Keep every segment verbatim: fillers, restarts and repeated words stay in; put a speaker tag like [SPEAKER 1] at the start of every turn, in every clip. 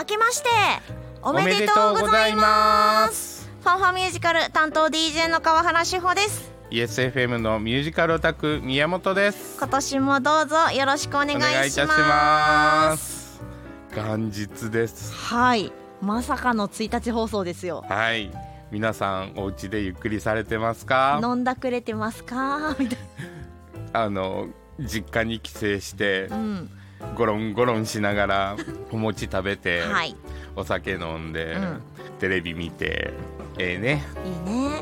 [SPEAKER 1] けましておめでとうございます。ファンファミュージカル担当 ディージェー の川原志保です。
[SPEAKER 2] イエスエフエム のミュージカルオタク宮本です。
[SPEAKER 1] 今年もどうぞよろしくお願いします。
[SPEAKER 2] お願いいたします。元日です。
[SPEAKER 1] はい、まさかのついたち放送ですよ。
[SPEAKER 2] はい、皆さんお家でゆっくりされてますか？
[SPEAKER 1] 飲んだくれてますかみたい
[SPEAKER 2] なあの実家に帰省して、うん、ゴロンゴロンしながらお餅食べて、はい、お酒飲んで、うん、テレビ見て、ええね、
[SPEAKER 1] いいね、うん、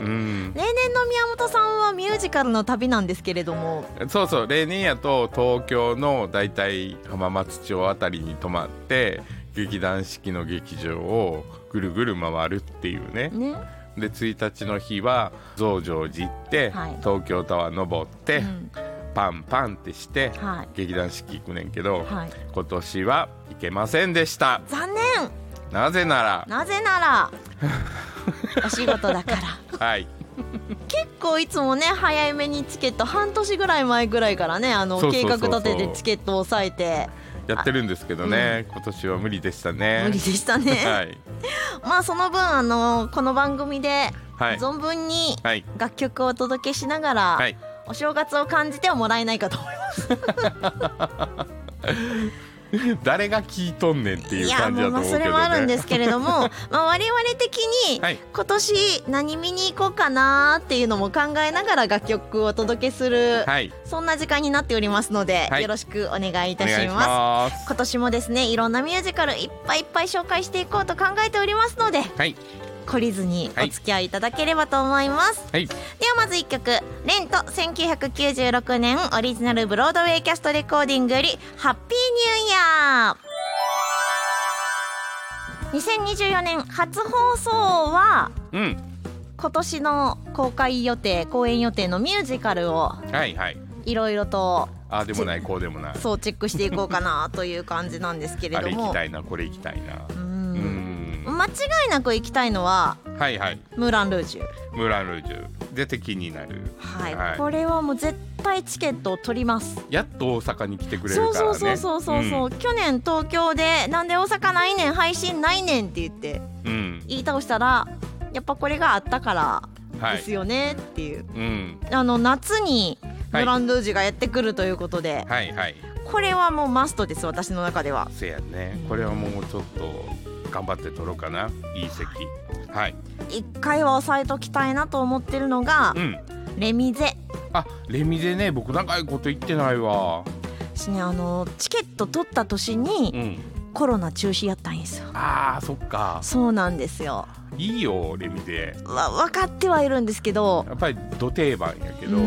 [SPEAKER 1] 例年の宮本さんはミュージカルの旅なんですけれども、
[SPEAKER 2] そうそう、例年やと東京のだいたい浜松町あたりに泊まって劇団四季の劇場をぐるぐる回るっていうね。ねでついたちの日は増上寺行って、はい、東京タワー登って、うん、パンパンってして、はい、劇団四季行くねんけど、はい、今年は行けませんでした。
[SPEAKER 1] 残念。
[SPEAKER 2] なぜなら
[SPEAKER 1] なぜならお仕事だから
[SPEAKER 2] はい
[SPEAKER 1] 結構いつもね早めにチケット半年ぐらい前ぐらいからねあの計画立ててチケットを押さえて
[SPEAKER 2] やってるんですけどね、うん、今年は無理でしたね。
[SPEAKER 1] 無理でしたね、はい、まあその分あのこの番組で存分に楽曲をお届けしながら、はい、お正月を感じてはもらえないかと思います
[SPEAKER 2] 誰が聞いとんねんっていう感じだと思うけどね。いやもうそれも
[SPEAKER 1] あるんですけれどもまあ我々的に今年何見に行こうかなっていうのも考えながら楽曲をお届けする、はい、そんな時間になっておりますので、はい、よろしくお願いいたします。お願いします。今年もですねいろんなミュージカルいっぱいいっぱい紹介していこうと考えておりますので、はい、懲りずにお付き合いいただければと思います、はい、ではまずいっきょく、レントせんきゅうひゃくきゅうじゅうろくねんオリジナルブロードウェイキャストレコーディングよりハッピーニューイヤー。にせんにじゅうよねん初放送は、うん、今年の公開予定公演予定のミュージカルをいろいろと
[SPEAKER 2] ああでもないこうでもない
[SPEAKER 1] そうチェックしていこうかなという感じなんですけれどもあれ
[SPEAKER 2] 行きたいなこれ行きたいな、うん
[SPEAKER 1] 間違いなく行きたいのは、はいはい、ムーランルージュ。
[SPEAKER 2] ムーランルージュ出て気になる、
[SPEAKER 1] はいはい、これはもう絶対チケットを取ります。
[SPEAKER 2] やっと大阪に来てくれるからね。
[SPEAKER 1] そうそうそうそうそう、うん、去年東京でなんで大阪ないねん配信ないねんって言って、うん、言い倒したらやっぱこれがあったからですよねっていう、はい、うん、あの夏にムーランルージュがやってくるということで、はいはいはい、これはもうマストです私の中では。
[SPEAKER 2] せやね、これはもうちょっと頑張って取ろうかな。いい席、はい、
[SPEAKER 1] 一回は押さえときたいなと思ってるのが、うん、レミゼ。
[SPEAKER 2] あ、レミゼね、僕長いこと言ってないわ。
[SPEAKER 1] 私ねあのチケット取った年に、うん、コロナ中止やったんですよ。
[SPEAKER 2] あーそっか。
[SPEAKER 1] そうなんですよ。
[SPEAKER 2] いいよレミゼ
[SPEAKER 1] わ分かってはいるんですけど
[SPEAKER 2] やっぱりド定番やけど、うん、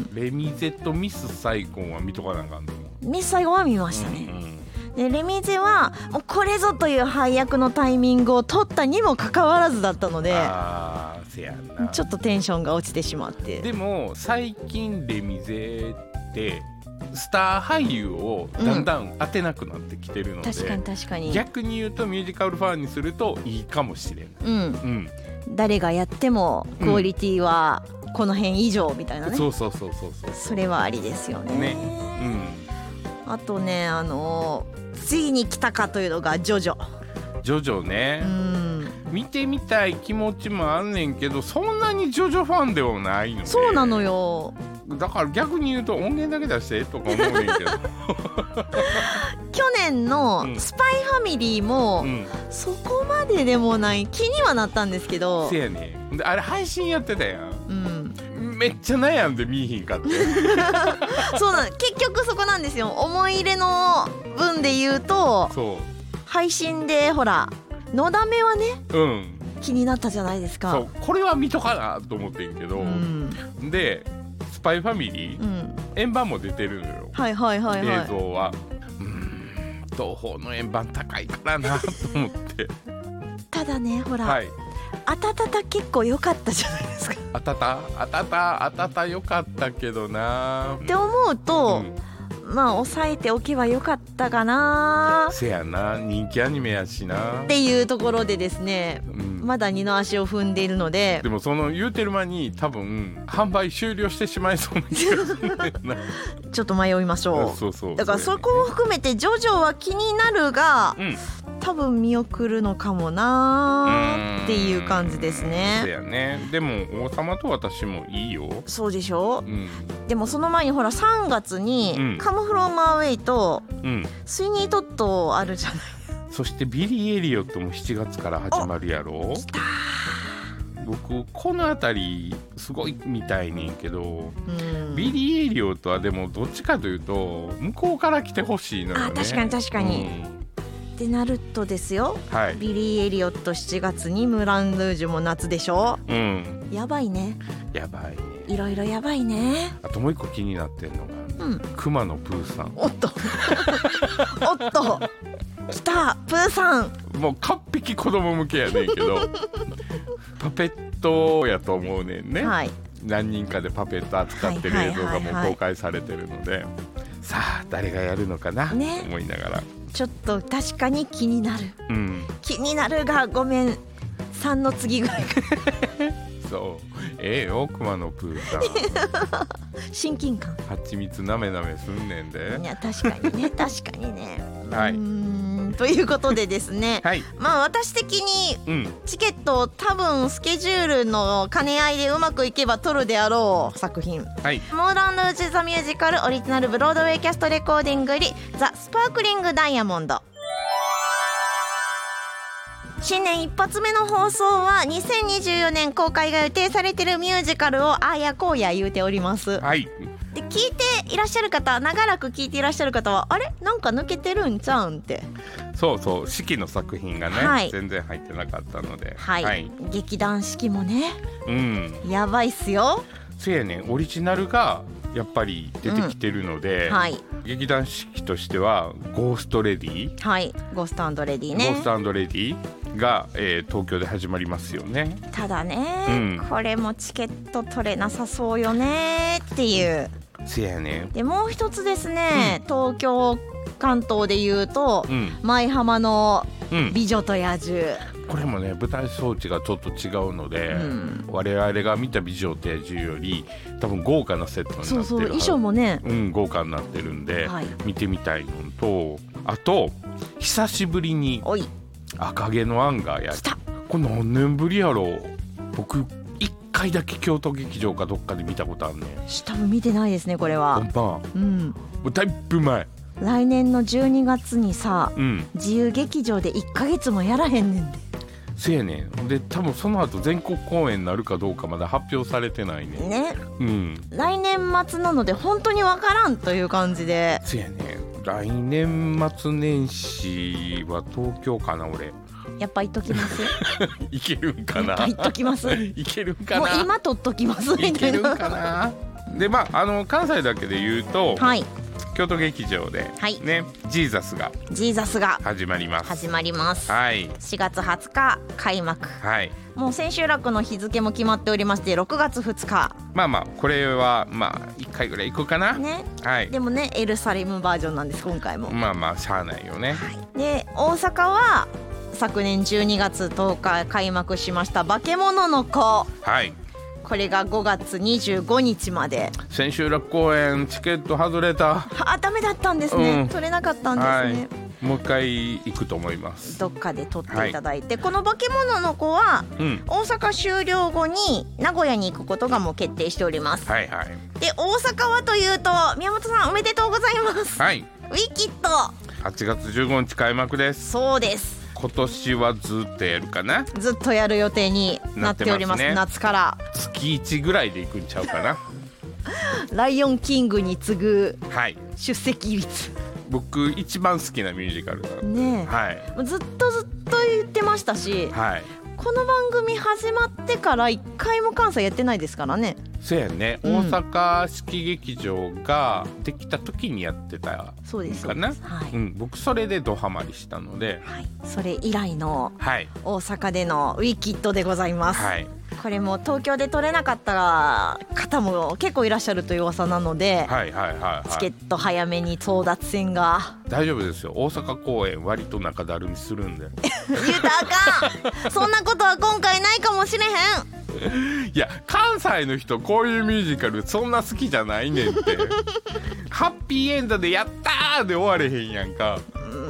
[SPEAKER 2] レミゼとミスサイゴンは見とかなあかんの。
[SPEAKER 1] ミスサイゴンは見ましたね、うんうん、でレミゼはもうこれぞという配役のタイミングを取ったにもかかわらずだったので、あせやなちょっとテンションが落ちてしまって。
[SPEAKER 2] でも最近レミゼってスター俳優をだんだん当てなくなってきてるので、うん、確かに確かに逆に言うとミュージカルファンにするといいかもしれん、うんうん、
[SPEAKER 1] 誰がやってもクオリティはこの辺以上みたいなね、
[SPEAKER 2] うん、そうそうそうそうそう
[SPEAKER 1] それはありですよ ね, ね、うん、あとねあのついに来たかというのがジョジョ
[SPEAKER 2] ジョジョね、うん、見てみたい気持ちもあんねんけどそんなにジョジョファンではないので。
[SPEAKER 1] そうなのよ。
[SPEAKER 2] だから逆に言うと音源だけ出してとか思うねんけど
[SPEAKER 1] 去年のスパイファミリーも、うん、そこまででもない気にはなったんですけど。
[SPEAKER 2] せやねん。あれ配信やってたやん、うん、めっちゃ悩んで見えひんかって
[SPEAKER 1] そうなん結局そこなんですよ。思い入れの分で言うとそう配信でほらのだめはね、うん、気になったじゃないですか。
[SPEAKER 2] そうこれは見とかなと思ってんけど、うん、でスパイファミリー、うん、円盤も出てるのよ、はいはいはいはい、映像はうーん東宝の円盤高いからなと思って
[SPEAKER 1] ただねほら、はい、あたたた結構良かったじゃないですか。
[SPEAKER 2] あたたあたたあたた良かったけどな
[SPEAKER 1] って思うと、うん、まあ抑えておけばよかったかな。
[SPEAKER 2] せやな人気アニメやしな
[SPEAKER 1] っていうところでですね、うん、まだ二の足を踏んでいるので。
[SPEAKER 2] でもその言うてる間に多分販売終了してしまいそうな気がするな
[SPEAKER 1] ちょっと迷いましょう。そうそうだからそこを含めてジョジョは気になるが、うん、 多分見送るのかもなっていう感じですね。
[SPEAKER 2] そうやね。でも王様と私もいいよ。
[SPEAKER 1] そうでしょ、
[SPEAKER 2] うん、
[SPEAKER 1] でもその前にほらさんがつに、うん、カムフロームアウェイと、うん、スイニートットあるじゃない。
[SPEAKER 2] そしてビリー・エリオットもしちがつから始まるやろ。
[SPEAKER 1] 来た。
[SPEAKER 2] 僕このあたりすごいみたいねんけど、うん、ビリー・エリオットはでもどっちかというと向こうから来てほしいのよね。
[SPEAKER 1] あ、確かに確かに、うん、ってなるとですよ、はい、ビリー・エリオットしちがつにムラン・ルージュも夏でしょ、うん、やばいね。
[SPEAKER 2] やばいね。
[SPEAKER 1] いろいろやばいね。
[SPEAKER 2] あともう一個気になってんのが、うん、クマのプーさん。
[SPEAKER 1] おっとおっと来たプーさん。
[SPEAKER 2] もう完璧子供向けやねんけどパペットやと思うねんね、はい、何人かでパペット扱ってる映像がもう公開されてるので、さあ誰がやるのかな、ね、思いながら
[SPEAKER 1] ちょっと確かに気になる、うん、気になるがごめんさんの次ぐらい
[SPEAKER 2] そうええよクマのプーさん
[SPEAKER 1] 親近感。
[SPEAKER 2] 蜂蜜なめなめすんねんで。
[SPEAKER 1] いや確かにね確かにねはい。うーんということでですね、はい、まあ私的にチケットを多分スケジュールの兼ね合いでうまくいけば撮るであろう作品、はい、モーラン・ルージュ・ザ・ミュージカルオリジナルブロードウェイキャストレコーディングよりザ・スパークリング・ダイヤモンド。新年一発目の放送はにせんにじゅうよねん公開が予定されているミュージカルをあーやこうや言うております、はい、で聞いていらっしゃる方、長らく聞いていらっしゃる方はあれなんか抜けてるんちゃうんって。
[SPEAKER 2] そうそう四季の作品がね、はい、全然入ってなかったので、
[SPEAKER 1] はいはい、劇団四季もね、うん、やばいっすよ。
[SPEAKER 2] そうやねん、オリジナルがやっぱり出てきてるので、うんはい、劇団四季としてはゴーストレディ、
[SPEAKER 1] はい、ゴースト&レディね、
[SPEAKER 2] ゴースト&レディが、えー、東京で始まりますよね。
[SPEAKER 1] ただね、うん、これもチケット取れなさそうよねっていう。
[SPEAKER 2] せやね。
[SPEAKER 1] でもう一つですね、うん、東京関東でいうと、うん、舞浜の美女と野獣、
[SPEAKER 2] うん、これもね舞台装置がちょっと違うので、うん、我々が見た美女と野獣より多分豪華なセットになってる。
[SPEAKER 1] そうそう衣装もね、
[SPEAKER 2] うん、豪華になってるんで、はい、見てみたいのと、あと久しぶりに赤毛のアンがやる。これ何年ぶりやろう。僕いっかいだけ京都劇場かどっかで見たことあるね。
[SPEAKER 1] 多分見てないですねこれは。
[SPEAKER 2] ほんま、うん、もうだいぶ前。
[SPEAKER 1] 来年のじゅうにがつにさ、うん、自由劇場でいっかげつもやらへんねんで。
[SPEAKER 2] せやねん。で多分その後全国公演になるかどうかまだ発表されてないねん
[SPEAKER 1] ね、うん、来年末なので本当にわからんという感じで。
[SPEAKER 2] せやねん。来年末年始は東京かな俺。
[SPEAKER 1] やっぱ言っときます
[SPEAKER 2] いけるんかな。
[SPEAKER 1] 言っときます
[SPEAKER 2] いけるんかな。
[SPEAKER 1] もう今取っときますみたいな。
[SPEAKER 2] いけるんかな。でまああの関西だけで言うと、はい、京都劇場で、はいね、ジーザスが
[SPEAKER 1] ジーザスが
[SPEAKER 2] 始まります
[SPEAKER 1] 始まります、
[SPEAKER 2] はい、
[SPEAKER 1] しがつはつか開幕、はい、もう千秋楽の日付も決まっておりましてろくがつふつか。
[SPEAKER 2] まあまあこれはまあいっかいぐらい行こうかな、ね
[SPEAKER 1] はい、でもねエルサレムバージョンなんです今回も。
[SPEAKER 2] まあまあしゃあないよね、はい、
[SPEAKER 1] で大阪は昨年じゅうにがつとおか開幕しました化け物の子、はい、これがごがつにじゅうごにちまで。
[SPEAKER 2] 千秋楽公演チケット外れた。
[SPEAKER 1] あ、ダメだったんですね、うん、取れなかったんですね、はい、
[SPEAKER 2] もう一回行くと思います。
[SPEAKER 1] どっかで取っていただいて、はい、この化け物の子は、うん、大阪終了後に名古屋に行くことがもう決定しております、はいはい、で大阪はというと宮本さんおめでとうございます、はい、ウィキッドは
[SPEAKER 2] ちがつじゅうごにち開幕です。
[SPEAKER 1] そうです。
[SPEAKER 2] 今年はずっとやるかな。
[SPEAKER 1] ずっとやる予定になっております、ね、夏から
[SPEAKER 2] 月いちぐらいで行くんちゃうかな
[SPEAKER 1] ライオンキングに次ぐ出席率、はい、
[SPEAKER 2] 僕一番好きなミュージカルだ
[SPEAKER 1] ね、はい、ずっとずっと言ってましたし、はい、この番組始まってからいっかいも関西やってないですからね。
[SPEAKER 2] そうやね、うん、大阪式劇場ができた時にやってたかな。
[SPEAKER 1] そうですそうです、はい
[SPEAKER 2] うん、僕それでドハマりしたので、
[SPEAKER 1] はい、それ以来の大阪でのウィキッドでございます、はい、これも東京で取れなかった方も結構いらっしゃるという噂なので、はいはいはいはい、チケット早めに争奪戦が。
[SPEAKER 2] 大丈夫ですよ、大阪公演割と中だるみするんで
[SPEAKER 1] 言うたらあかんそんなことは今回ないかもしれへん
[SPEAKER 2] いや関西の人こういうミュージカルそんな好きじゃないねんってハッピーエンドでやったーで終われへんやんか。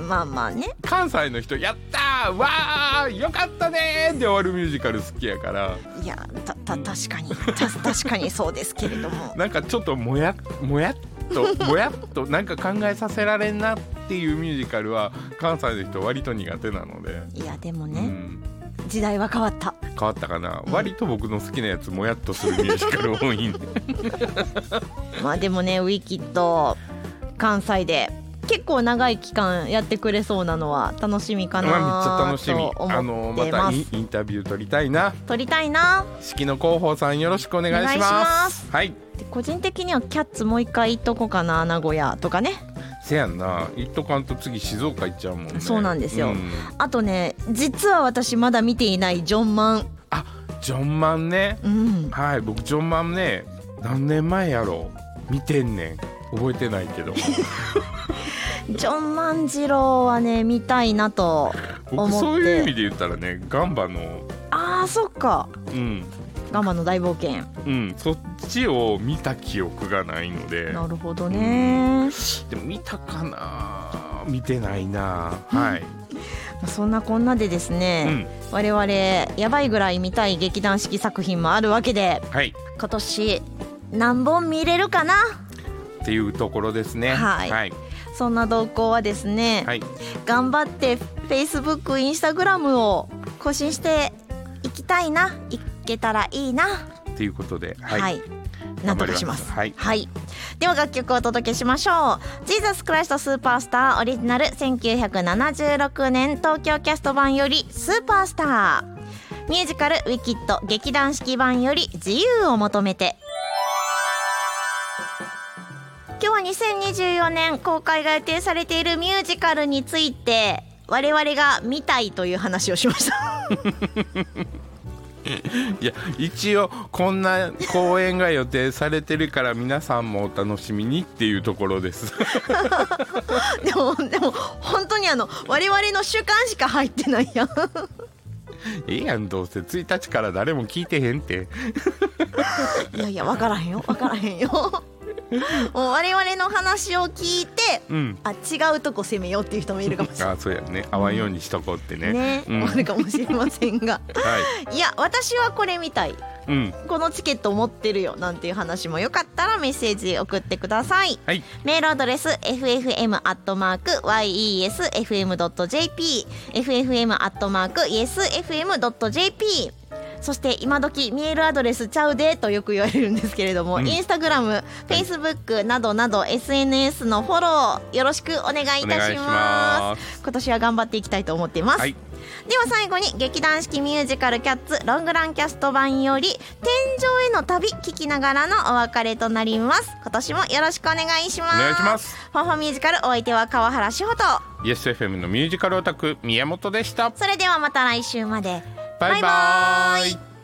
[SPEAKER 1] まあまあね、
[SPEAKER 2] 関西の人やったーわーよかったねーで終わるミュージカル好きやから。
[SPEAKER 1] いやたた確かにた確かにそうですけれども
[SPEAKER 2] なんかちょっともやもやっともやっとなんか考えさせられんなっていうミュージカルは関西の人割と苦手なので。
[SPEAKER 1] いやでもね、うん、時代は変わった
[SPEAKER 2] 変わったかな、うん、割と僕の好きなやつもやっとするミュージカル多いんで
[SPEAKER 1] まあでもねウィキッド関西で結構長い期間やってくれそうなのは楽しみかなと思ってます。
[SPEAKER 2] めっちゃ楽しみ。あのまたイン、インタビュー取りたいな
[SPEAKER 1] 取りたいな。
[SPEAKER 2] 式の広報さんよろしくお願いします。はい。
[SPEAKER 1] で個人的にはキャッツもう一回行っとこうかな、名古屋とかね。
[SPEAKER 2] せやんな、行っとかんと次静岡行っちゃうもんね。
[SPEAKER 1] そうなんですよ、うん、あとね実は私まだ見ていないジョンマン。
[SPEAKER 2] あ、ジョンマンね、うん、はい。僕ジョンマンね何年前やろう見てんねん、覚えてないけど
[SPEAKER 1] ジョン万次郎はね見たいなと思って。僕
[SPEAKER 2] そういう意味で言ったらねガンバの
[SPEAKER 1] あーそっか、
[SPEAKER 2] うん、
[SPEAKER 1] ガンバの大冒険、
[SPEAKER 2] うん、そっちを見た記憶がないので。
[SPEAKER 1] なるほどね、
[SPEAKER 2] うん、でも見たかな、見てないな、はい
[SPEAKER 1] そんなこんなでですね、うん、我々やばいぐらい見たい劇団四季作品もあるわけで、はい、今年何本見れるかな
[SPEAKER 2] っていうところですね。
[SPEAKER 1] はい、はい、そんな動向はですね、はい、頑張って Facebook、Instagram を更新していきたいな、いけたらいいな
[SPEAKER 2] ということで、はい、はい、
[SPEAKER 1] なんとかします。はい、はい、では楽曲をお届けしましょう。ジーザスクライストスーパースターオリジナルせんきゅうひゃくななじゅうろくねん東京キャスト版よりスーパースター、ミュージカルウィキッド劇団四季版より自由を求めて。今日はにせんにじゅうよねん公開が予定されているミュージカルについて我々が見たいという話をしました
[SPEAKER 2] いや一応こんな公演が予定されてるから皆さんもお楽しみにっていうところです
[SPEAKER 1] でもでも本当にあの我々の主観しか入ってないやん
[SPEAKER 2] ええやん、どうせついたちから誰も聞いてへんって
[SPEAKER 1] いやいや分からへんよ分からへんよもう我々の話を聞いて、うん、あ違うとこ攻めようっていう人もいるかもしれない。
[SPEAKER 2] あそうやね、合わんようにしとこうってね、
[SPEAKER 1] ね、うん、あるかもしれませんが、はい、いや私はこれみたい、うん、このチケット持ってるよなんていう話もよかったらメッセージ送ってください、はい、メールアドレス エフエフエム アットマーク ワイイーエスエフエム ドット ジェーピー エフエフエム アットマーク イエスエフエム ドット ジェーピー。そして今時メールアドレスちゃうでとよく言われるんですけれども、うん、インスタグラム、フェイスブックなどなど エスエヌエス のフォローよろしくお願いいたします。します。今年は頑張っていきたいと思っています、はい、では最後に劇団四季ミュージカルキャッツロングランキャスト版より天井への旅聞きながらのお別れとなります。今年もよろしくお願いします。
[SPEAKER 2] お願いします。
[SPEAKER 1] ファンファミュージカルお相手は川原志穂と
[SPEAKER 2] イエスエフエム のミュージカルオタク宮本でした。
[SPEAKER 1] それではまた来週まで。
[SPEAKER 2] バイバーイ。